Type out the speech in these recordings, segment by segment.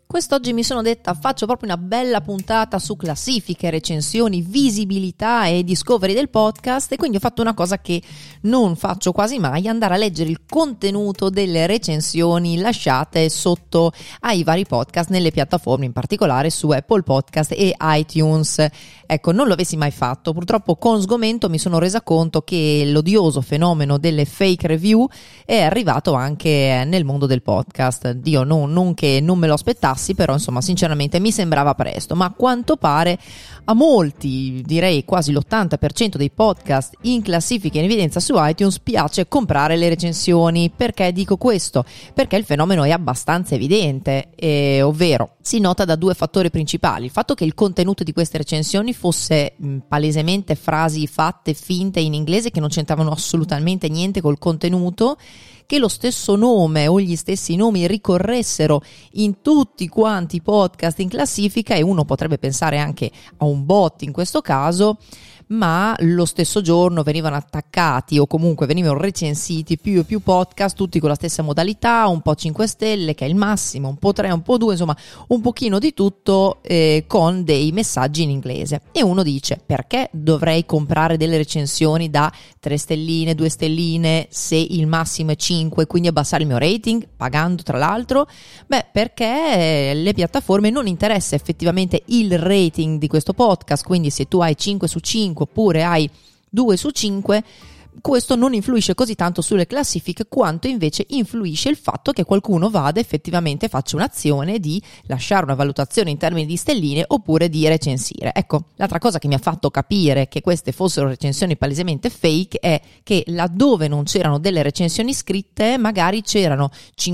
Quest'oggi mi sono detta faccio proprio una bella puntata su classifiche, recensioni, visibilità e discovery del podcast, e quindi ho fatto una cosa che non faccio quasi mai, andare a leggere il contenuto delle recensioni lasciate sotto ai vari podcast nelle piattaforme, in particolare su Apple Podcast e iTunes. Ecco, non lo avessi mai fatto. Purtroppo con sgomento mi sono resa conto che l'odioso fenomeno delle fake review è arrivato anche nel mondo del podcast. Dio, non che non me lo aspettassi, però insomma sinceramente mi sembrava presto, ma a quanto pare a molti, direi quasi l'80% dei podcast in classifica in evidenza su iTunes piace comprare le recensioni. Perché dico questo? Perché il fenomeno è abbastanza evidente, ovvero si nota da due fattori principali: il fatto che il contenuto di queste recensioni fosse palesemente frasi fatte finte in inglese che non c'entravano assolutamente niente col contenuto, che lo stesso nome o gli stessi nomi ricorressero in tutti quanti i podcast in classifica, e uno potrebbe pensare anche a un bot in questo caso, ma lo stesso giorno venivano attaccati o comunque venivano recensiti più e più podcast, tutti con la stessa modalità, un po' 5 stelle che è il massimo, un po' 3, un po' 2, insomma un pochino di tutto, con dei messaggi in inglese. E uno dice: perché dovrei comprare delle recensioni da 3 stelline, 2 stelline se il massimo è 5, quindi abbassare il mio rating pagando tra l'altro? Beh, perché le piattaforme non interessa effettivamente il rating di questo podcast, quindi se tu hai 5 su 5 oppure hai 2 su 5, questo non influisce così tanto sulle classifiche quanto invece influisce il fatto che qualcuno vada effettivamente, faccia un'azione di lasciare una valutazione in termini di stelline oppure di recensire. Ecco, l'altra cosa che mi ha fatto capire che queste fossero recensioni palesemente fake è che laddove non c'erano delle recensioni scritte, magari c'erano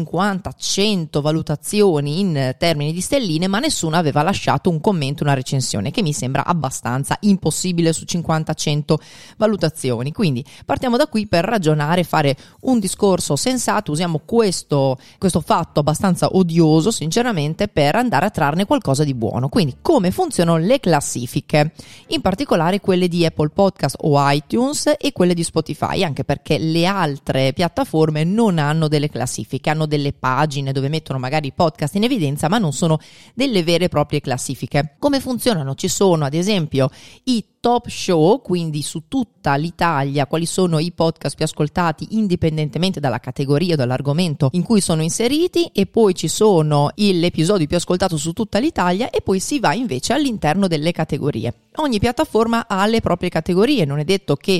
50-100 valutazioni in termini di stelline, ma nessuno aveva lasciato un commento, una recensione, che mi sembra abbastanza impossibile su 50-100 valutazioni. Quindi partiamo da qui per ragionare, fare un discorso sensato, usiamo questo fatto abbastanza odioso sinceramente per andare a trarne qualcosa di buono. Quindi come funzionano le classifiche, in particolare quelle di Apple Podcast o iTunes e quelle di Spotify, anche perché le altre piattaforme non hanno delle classifiche, hanno delle pagine dove mettono magari i podcast in evidenza, ma non sono delle vere e proprie classifiche. Come funzionano? Ci sono ad esempio i top show, quindi su tutta l'Italia quali sono i podcast più ascoltati indipendentemente dalla categoria o dall'argomento in cui sono inseriti, e poi ci sono l'episodio più ascoltato su tutta l'Italia, e poi si va invece all'interno delle categorie. Ogni piattaforma ha le proprie categorie, non è detto che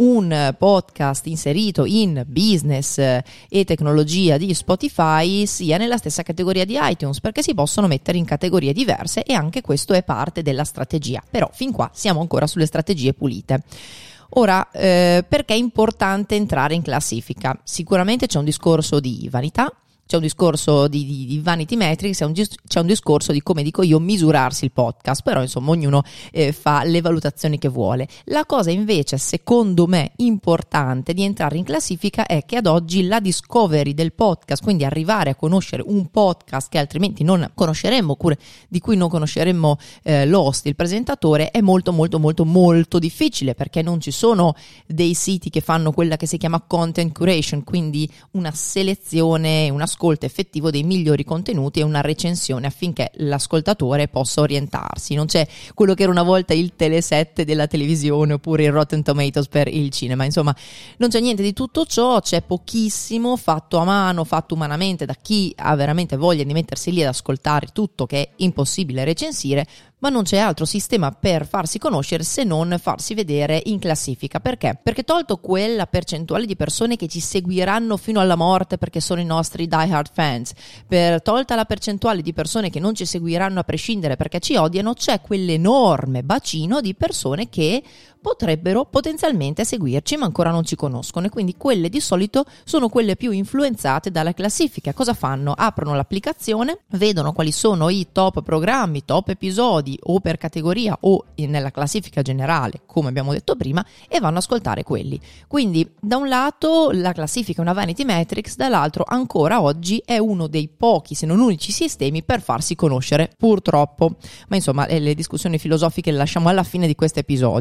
un podcast inserito in business e tecnologia di Spotify sia nella stessa categoria di iTunes, perché si possono mettere in categorie diverse e anche questo è parte della strategia. Però fin qua siamo ancora sulle strategie pulite. Ora, perché è importante entrare in classifica? Sicuramente c'è un discorso di vanità, c'è un discorso di vanity metrics, c'è un discorso di, come dico io, misurarsi il podcast, però insomma ognuno fa le valutazioni che vuole. La cosa invece secondo me importante di entrare in classifica è che ad oggi la discovery del podcast, quindi arrivare a conoscere un podcast che altrimenti non conosceremmo, oppure di cui non conosceremmo l'host, il presentatore, è molto molto molto molto difficile, perché non ci sono dei siti che fanno quella che si chiama content curation, quindi una selezione, un ascolto effettivo dei migliori contenuti e una recensione affinché l'ascoltatore possa orientarsi. Non c'è quello che era una volta il Teleset della televisione oppure il Rotten Tomatoes per il cinema, insomma non c'è niente di tutto ciò, c'è pochissimo fatto a mano, fatto umanamente da chi ha veramente voglia di mettersi lì ad ascoltare tutto, che è impossibile recensire, ma non c'è altro sistema per farsi conoscere se non farsi vedere in classifica. Perché? Perché tolto quella percentuale di persone che ci seguiranno fino alla morte perché sono i nostri die-hard fans, tolta la percentuale di persone che non ci seguiranno a prescindere perché ci odiano, c'è quell'enorme bacino di persone che potrebbero potenzialmente seguirci ma ancora non ci conoscono, e quindi quelle di solito sono quelle più influenzate dalla classifica. Cosa fanno? Aprono l'applicazione, vedono quali sono i top programmi, top episodi o per categoria o nella classifica generale, come abbiamo detto prima, e vanno ad ascoltare quelli. Quindi da un lato la classifica è una vanity metrics, dall'altro ancora oggi è uno dei pochi, se non unici, sistemi per farsi conoscere, purtroppo. Ma insomma le discussioni filosofiche le lasciamo alla fine di questo episodio. E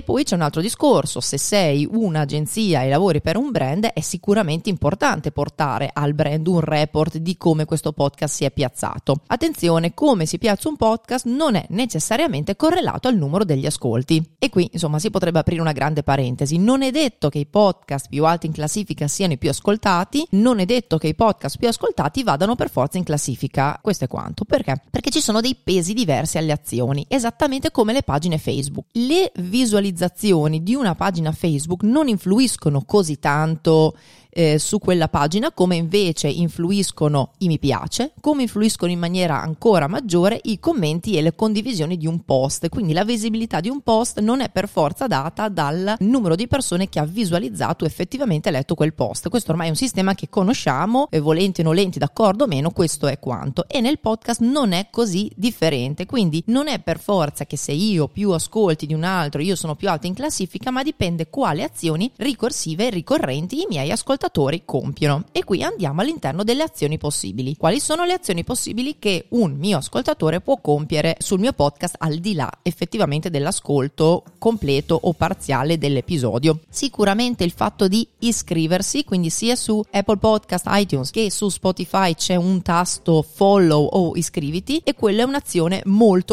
poi c'è un altro discorso: se sei un'agenzia e lavori per un brand, è sicuramente importante portare al brand un report di come questo podcast si è piazzato. Attenzione, come si piazza un podcast non è necessariamente correlato al numero degli ascolti. E qui, insomma, si potrebbe aprire una grande parentesi. Non è detto che i podcast più alti in classifica siano i più ascoltati, non è detto che i podcast più ascoltati vadano per forza in classifica. Questo è quanto. Perché? Perché ci sono dei pesi diversi alle azioni, esattamente come le pagine Facebook. Le visualizzazioni di una pagina Facebook non influiscono così tanto su quella pagina come invece influiscono i mi piace, come influiscono in maniera ancora maggiore i commenti e le condivisioni di un post. Quindi la visibilità di un post non è per forza data dal numero di persone che ha visualizzato effettivamente letto quel post. Questo ormai è un sistema che conosciamo, volenti o nolenti, d'accordo o meno, questo è quanto. E nel podcast non è così differente, quindi non è per forza che se io più ascolti di un altro io sono più alto in classifica, ma dipende quali azioni ricorsive e ricorrenti i miei ascoltatori compiono. E qui andiamo all'interno delle azioni possibili. Quali sono le azioni possibili che un mio ascoltatore può compiere sul mio podcast al di là effettivamente dell'ascolto completo o parziale dell'episodio? Sicuramente il fatto di iscriversi, quindi sia su Apple Podcast, iTunes che su Spotify c'è un tasto follow o iscriviti, e quella è un'azione molto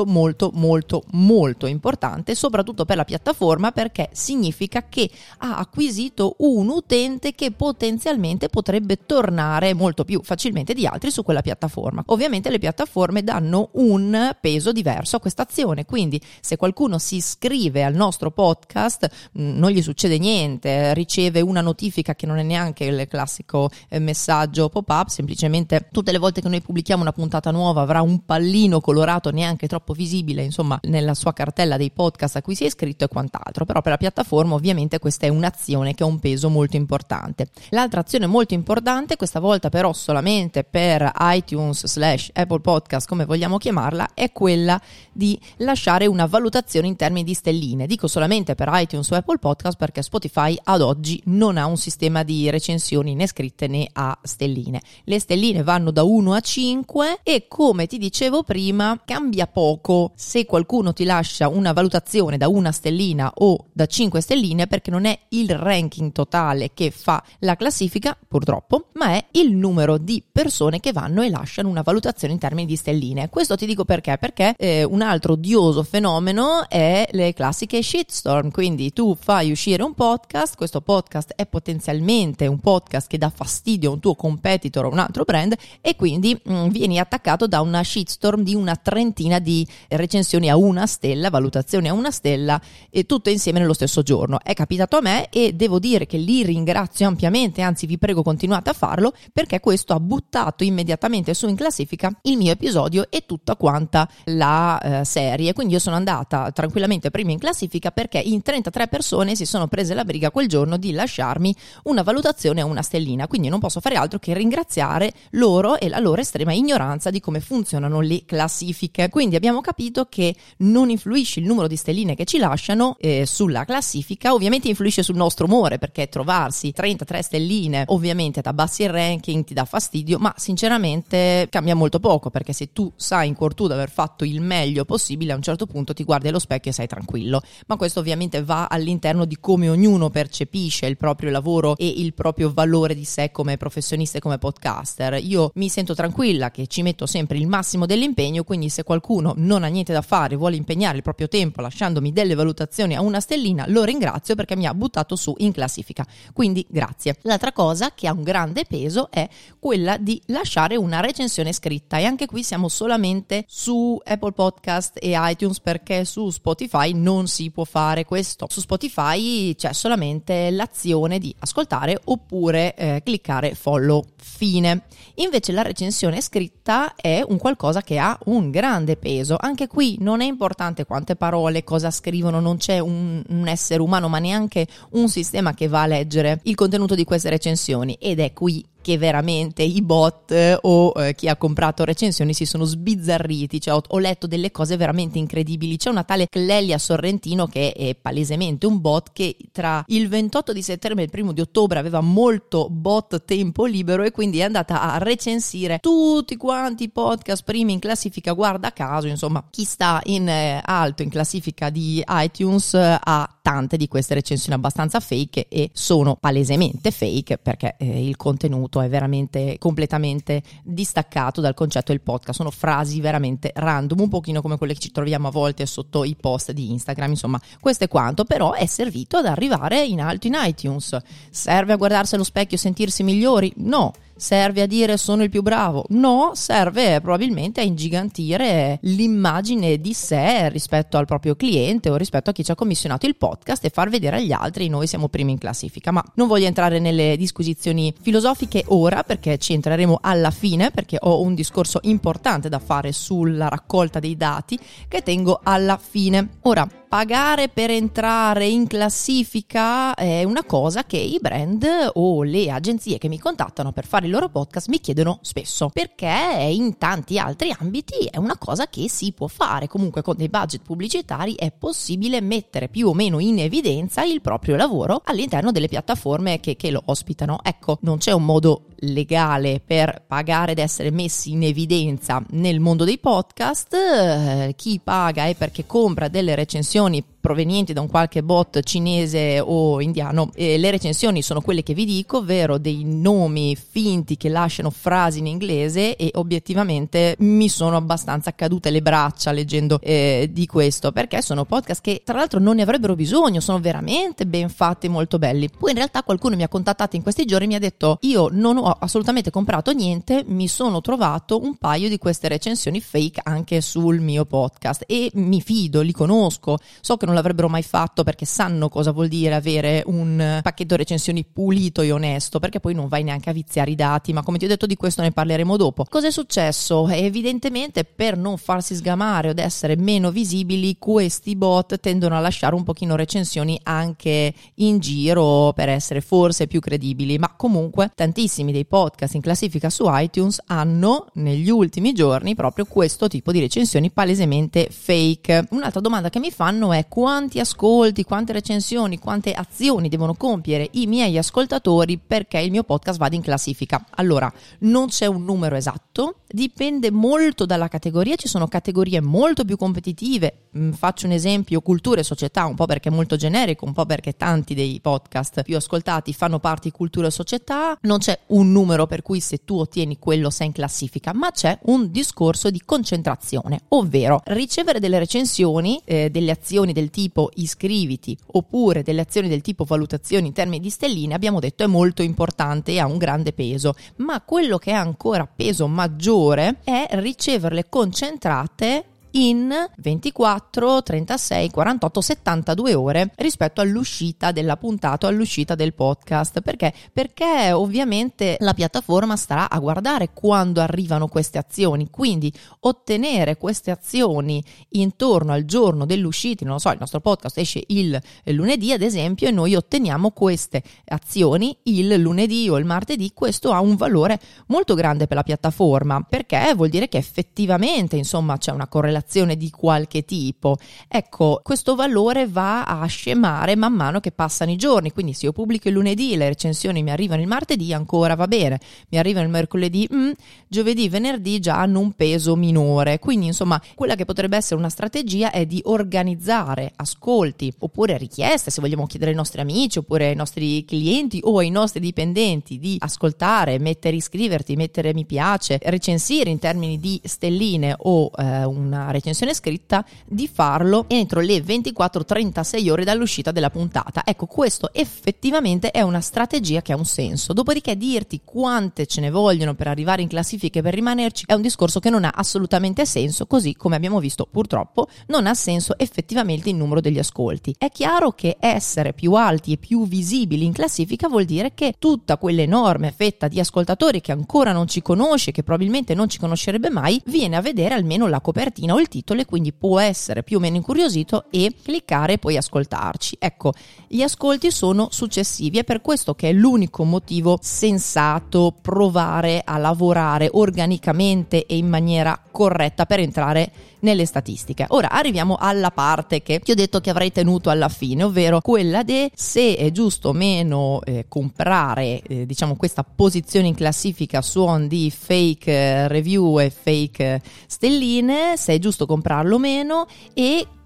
importante, soprattutto per la piattaforma, perché significa che ha acquisito un utente che potenzialmente potrebbe tornare molto più facilmente di altri su quella piattaforma. Ovviamente le piattaforme danno un peso diverso a questa azione, quindi se qualcuno si iscrive al nostro podcast non gli succede niente, riceve una notifica che non è neanche il classico messaggio pop-up, semplicemente tutte le volte che noi pubblichiamo una puntata nuova avrà un pallino colorato neanche troppo visibile, insomma, nella sua cartella dei podcast a cui si è iscritto e quant'altro. Però per la piattaforma ovviamente questa è un'azione che ha un peso molto importante. L'altra azione molto importante, questa volta però solamente per iTunes/Apple Podcast, come vogliamo chiamarla, è quella di lasciare una valutazione in termini di stelline. Dico solamente per iTunes o Apple Podcast perché Spotify ad oggi non ha un sistema di recensioni né scritte né a stelline. Le stelline vanno da 1 a 5 e, come ti dicevo prima, cambia poco se qualcuno ti lascia una valutazione da 1 stellina o da 5 stelline, perché non è il ranking totale che fa la classifica, purtroppo, ma è il numero di persone che vanno e lasciano una valutazione in termini di stelline. Questo ti dico perché un altro odioso fenomeno è le classiche shitstorm. Quindi tu fai uscire un podcast, questo podcast è potenzialmente un podcast che dà fastidio a un tuo competitor o un altro brand, e quindi vieni attaccato da una shitstorm di una trentina di recensioni a 1 stella, valutazioni a 1 stella, e tutto insieme nello stesso giorno. È capitato a me e devo dire che li ringrazio ampiamente, anzi vi prego continuate a farlo, perché questo ha buttato immediatamente su in classifica il mio episodio e tutta quanta la serie. Quindi io sono andata tranquillamente prima in classifica perché in 33 persone si sono prese la briga quel giorno di lasciarmi una valutazione a 1 stellina, quindi non posso fare altro che ringraziare loro e la loro estrema ignoranza di come funzionano le classifiche. Quindi abbiamo capito che non influisce il numero di stelline che ci lasciano sulla classifica, ovviamente influisce sul nostro umore, perché trovarsi 33 stelline ovviamente ti abbassi il ranking, ti dà fastidio, ma sinceramente cambia molto poco, perché se tu sai in cuor tuo di aver fatto il meglio possibile, a un certo punto ti guardi allo specchio e sei tranquillo. Ma questo ovviamente va all'interno di come ognuno percepisce il proprio lavoro e il proprio valore di sé come professionista e come podcaster. Io mi sento tranquilla che ci metto sempre il massimo dell'impegno, quindi se qualcuno non ha niente da fare, vuole impegnare il proprio tempo lasciandomi delle valutazioni a 1 stellina, lo ringrazio perché mi ha buttato su in classifica, quindi grazie. L'altra cosa che ha un grande peso è quella di lasciare una recensione scritta, e anche qui siamo solamente su Apple Podcast e iTunes, perché su Spotify non si può fare questo. Su Spotify c'è solamente l'azione di ascoltare oppure cliccare follow, fine. Invece la recensione scritta è un qualcosa che ha un grande peso. Anche qui non è importante quante parole, cosa scrivono, non c'è un essere umano, ma neanche un sistema che va a leggere il contenuto di queste recensioni, ed è qui che veramente i bot o chi ha comprato recensioni si sono sbizzarriti. Cioè ho letto delle cose veramente incredibili. C'è una tale Clelia Sorrentino che è palesemente un bot, che tra il 28 di settembre e il 1 di ottobre aveva molto bot tempo libero e quindi è andata a recensire tutti quanti i podcast primi in classifica, guarda caso, insomma chi sta in alto in classifica di iTunes ha tante di queste recensioni abbastanza fake, e sono palesemente fake perché il contenuto è veramente completamente distaccato dal concetto del podcast. Sono frasi veramente random, un pochino come quelle che ci troviamo a volte sotto i post di Instagram. Insomma, questo è quanto, però è servito ad arrivare in alto in iTunes. Serve a guardarsi allo specchio e sentirsi migliori? No. Serve a dire sono il più bravo? No, serve probabilmente a ingigantire l'immagine di sé rispetto al proprio cliente o rispetto a chi ci ha commissionato il podcast e far vedere agli altri noi siamo primi in classifica. Ma non voglio entrare nelle disquisizioni filosofiche ora, perché ci entreremo alla fine, perché ho un discorso importante da fare sulla raccolta dei dati che tengo alla fine. Ora, pagare per entrare in classifica è una cosa che i brand o le agenzie che mi contattano per fare il loro podcast mi chiedono spesso, perché in tanti altri ambiti è una cosa che si può fare. Comunque con dei budget pubblicitari è possibile mettere più o meno in evidenza il proprio lavoro all'interno delle piattaforme che lo ospitano. Ecco, non c'è un modo legale per pagare ed essere messi in evidenza nel mondo dei podcast. Chi paga è perché compra delle recensioni provenienti da un qualche bot cinese o indiano. Le recensioni sono quelle che vi dico, ovvero dei nomi finti che lasciano frasi in inglese, e obiettivamente mi sono abbastanza cadute le braccia leggendo di questo, perché sono podcast che tra l'altro non ne avrebbero bisogno, sono veramente ben fatti, molto belli. Poi in realtà qualcuno mi ha contattato in questi giorni e mi ha detto: io non ho assolutamente comprato niente, mi sono trovato un paio di queste recensioni fake anche sul mio podcast e mi fido, li conosco, so che non l'avrebbero mai fatto perché sanno cosa vuol dire avere un pacchetto recensioni pulito e onesto, perché poi non vai neanche a viziare i dati. Ma come ti ho detto, di questo ne parleremo dopo. Cosa è successo? Evidentemente, per non farsi sgamare o ad essere meno visibili, questi bot tendono a lasciare un pochino recensioni anche in giro per essere forse più credibili. Ma comunque tantissimi dei podcast in classifica su iTunes hanno negli ultimi giorni proprio questo tipo di recensioni palesemente fake. Un'altra domanda che mi fanno è: quanti ascolti, quante recensioni, quante azioni devono compiere i miei ascoltatori perché il mio podcast vada in classifica? Allora, non c'è un numero esatto, dipende molto dalla categoria. Ci sono categorie molto più competitive. Faccio un esempio: cultura e società, un po' perché è molto generico, un po' perché tanti dei podcast più ascoltati fanno parte di cultura e società. Non c'è un numero per cui se tu ottieni quello sei in classifica, ma c'è un discorso di concentrazione, ovvero ricevere delle recensioni, delle azioni del tipo iscriviti oppure delle azioni del tipo valutazioni in termini di stelline. Abbiamo detto è molto importante e ha un grande peso, ma quello che ha ancora peso maggiore è riceverle concentrate in 24, 36, 48, 72 ore rispetto all'uscita della puntata o all'uscita del podcast. Perché? Perché ovviamente la piattaforma starà a guardare quando arrivano queste azioni, quindi ottenere queste azioni intorno al giorno dell'uscita. Non lo so, il nostro podcast esce il lunedì ad esempio e noi otteniamo queste azioni il lunedì o il martedì. Questo ha un valore molto grande per la piattaforma, perché vuol dire che effettivamente insomma c'è una correlazione di qualche tipo. Ecco, questo valore va a scemare man mano che passano i giorni. Quindi se io pubblico il lunedì, le recensioni mi arrivano il martedì, ancora va bene, mi arrivano il mercoledì, giovedì, venerdì già hanno un peso minore. Quindi insomma quella che potrebbe essere una strategia è di organizzare ascolti oppure richieste, se vogliamo chiedere ai nostri amici oppure ai nostri clienti o ai nostri dipendenti di ascoltare, iscriverti, mettere mi piace, recensire in termini di stelline o una recensione scritta, di farlo entro le 24-36 ore dall'uscita della puntata. Ecco, questo effettivamente è una strategia che ha un senso. Dopodiché dirti quante ce ne vogliono per arrivare in classifiche, per rimanerci, è un discorso che non ha assolutamente senso, così come abbiamo visto purtroppo non ha senso effettivamente il numero degli ascolti. È chiaro che essere più alti e più visibili in classifica vuol dire che tutta quell'enorme fetta di ascoltatori che ancora non ci conosce, che probabilmente non ci conoscerebbe mai, viene a vedere almeno la copertina o il titolo e quindi può essere più o meno incuriosito e cliccare e poi ascoltarci. Ecco, gli ascolti sono successivi, è per questo che è l'unico motivo sensato provare a lavorare organicamente e in maniera corretta per entrare nelle statistiche. Ora arriviamo alla parte che ti ho detto che avrei tenuto alla fine, ovvero quella di se è giusto o meno comprare diciamo questa posizione in classifica suon di fake review e fake stelline, se è giusto comprarlo o meno, e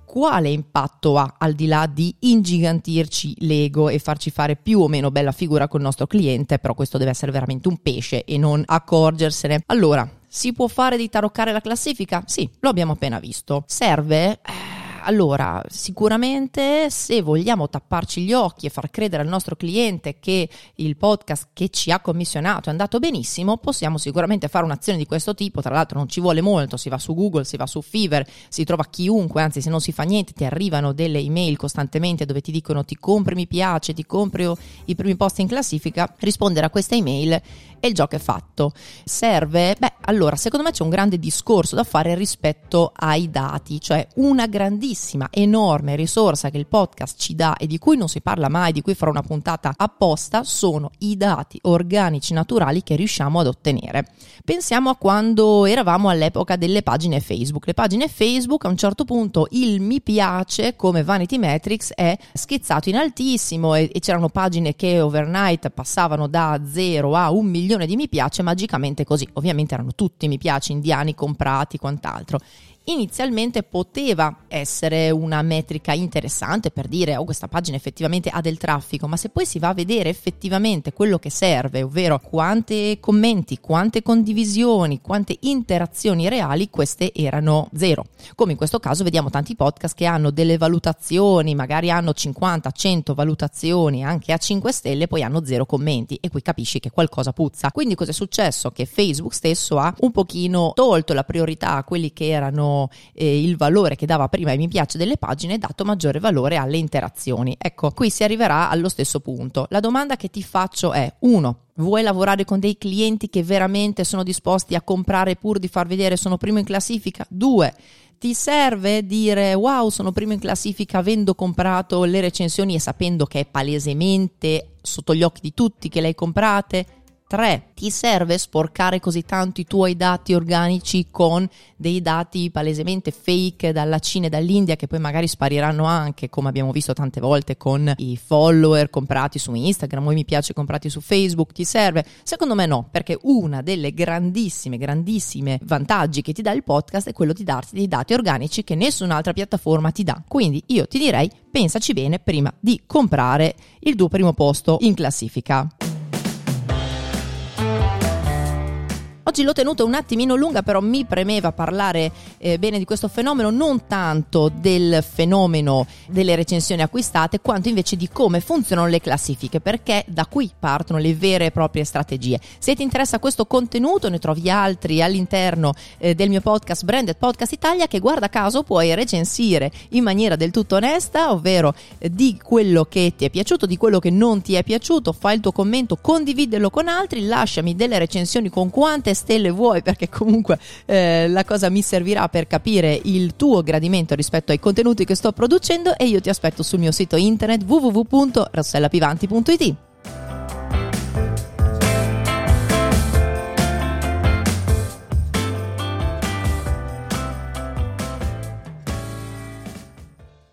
quale impatto ha, al di là di ingigantirci l'ego e farci fare più o meno bella figura col nostro cliente, però questo deve essere veramente un pesce e non accorgersene. Allora, si può fare di taroccare la classifica? Sì, lo abbiamo appena visto. Serve? Allora, sicuramente se vogliamo tapparci gli occhi e far credere al nostro cliente che il podcast che ci ha commissionato è andato benissimo, possiamo sicuramente fare un'azione di questo tipo. Tra l'altro non ci vuole molto, si va su Google, si va su Fiverr, si trova chiunque, anzi se non si fa niente ti arrivano delle email costantemente dove ti dicono ti compri mi piace, ti compri i primi post in classifica. Rispondere a questa email e il gioco è fatto. Serve? Allora secondo me c'è un grande discorso da fare rispetto ai dati, cioè una grandissima, enorme risorsa che il podcast ci dà e di cui non si parla mai, di cui farò una puntata apposta, sono i dati organici naturali che riusciamo ad ottenere. Pensiamo a quando eravamo all'epoca delle pagine Facebook. Le pagine Facebook, a un certo punto il mi piace come vanity metrics è schizzato in altissimo e c'erano pagine che overnight passavano da 0 a 1 milione di mi piace magicamente così. Ovviamente erano tutti mi piace indiani comprati, quant'altro. Inizialmente poteva essere una metrica interessante per dire questa pagina effettivamente ha del traffico, ma se poi si va a vedere effettivamente quello che serve, ovvero quante commenti, quante condivisioni, quante interazioni reali, queste erano 0. Come in questo caso vediamo tanti podcast che hanno delle valutazioni, magari hanno 50, 100 valutazioni anche a 5 stelle, poi hanno 0 commenti e qui capisci che qualcosa puzza. Quindi cosa è successo? Che Facebook stesso ha un pochino tolto la priorità a quelli che erano il valore che dava prima ai mi piace delle pagine e dato maggiore valore alle interazioni. Ecco, qui si arriverà allo stesso punto. La domanda che ti faccio è: 1. Vuoi lavorare con dei clienti che veramente sono disposti a comprare pur di far vedere sono primo in classifica? 2. Ti serve dire wow, sono primo in classifica avendo comprato le recensioni e sapendo che è palesemente sotto gli occhi di tutti che le hai comprate? 3. Ti serve sporcare così tanto i tuoi dati organici con dei dati palesemente fake dalla Cina e dall'India che poi magari spariranno anche, come abbiamo visto tante volte con i follower comprati su Instagram o i mi piace comprati su Facebook? Ti serve? Secondo me no, perché una delle grandissime vantaggi che ti dà il podcast è quello di darti dei dati organici che nessun'altra piattaforma ti dà. Quindi io ti direi, pensaci bene prima di comprare il tuo primo posto in classifica. Oggi l'ho tenuto un attimino lunga, però mi premeva parlare bene di questo fenomeno, non tanto del fenomeno delle recensioni acquistate, quanto invece di come funzionano le classifiche, perché da qui partono le vere e proprie strategie. Se ti interessa questo contenuto, ne trovi altri all'interno del mio podcast Branded Podcast Italia, che guarda caso puoi recensire in maniera del tutto onesta, ovvero di quello che ti è piaciuto, di quello che non ti è piaciuto, fai il tuo commento, condividilo con altri, lasciami delle recensioni con quante stelle vuoi, perché comunque la cosa mi servirà per capire il tuo gradimento rispetto ai contenuti che sto producendo, e io ti aspetto sul mio sito internet www.rossellapivanti.it.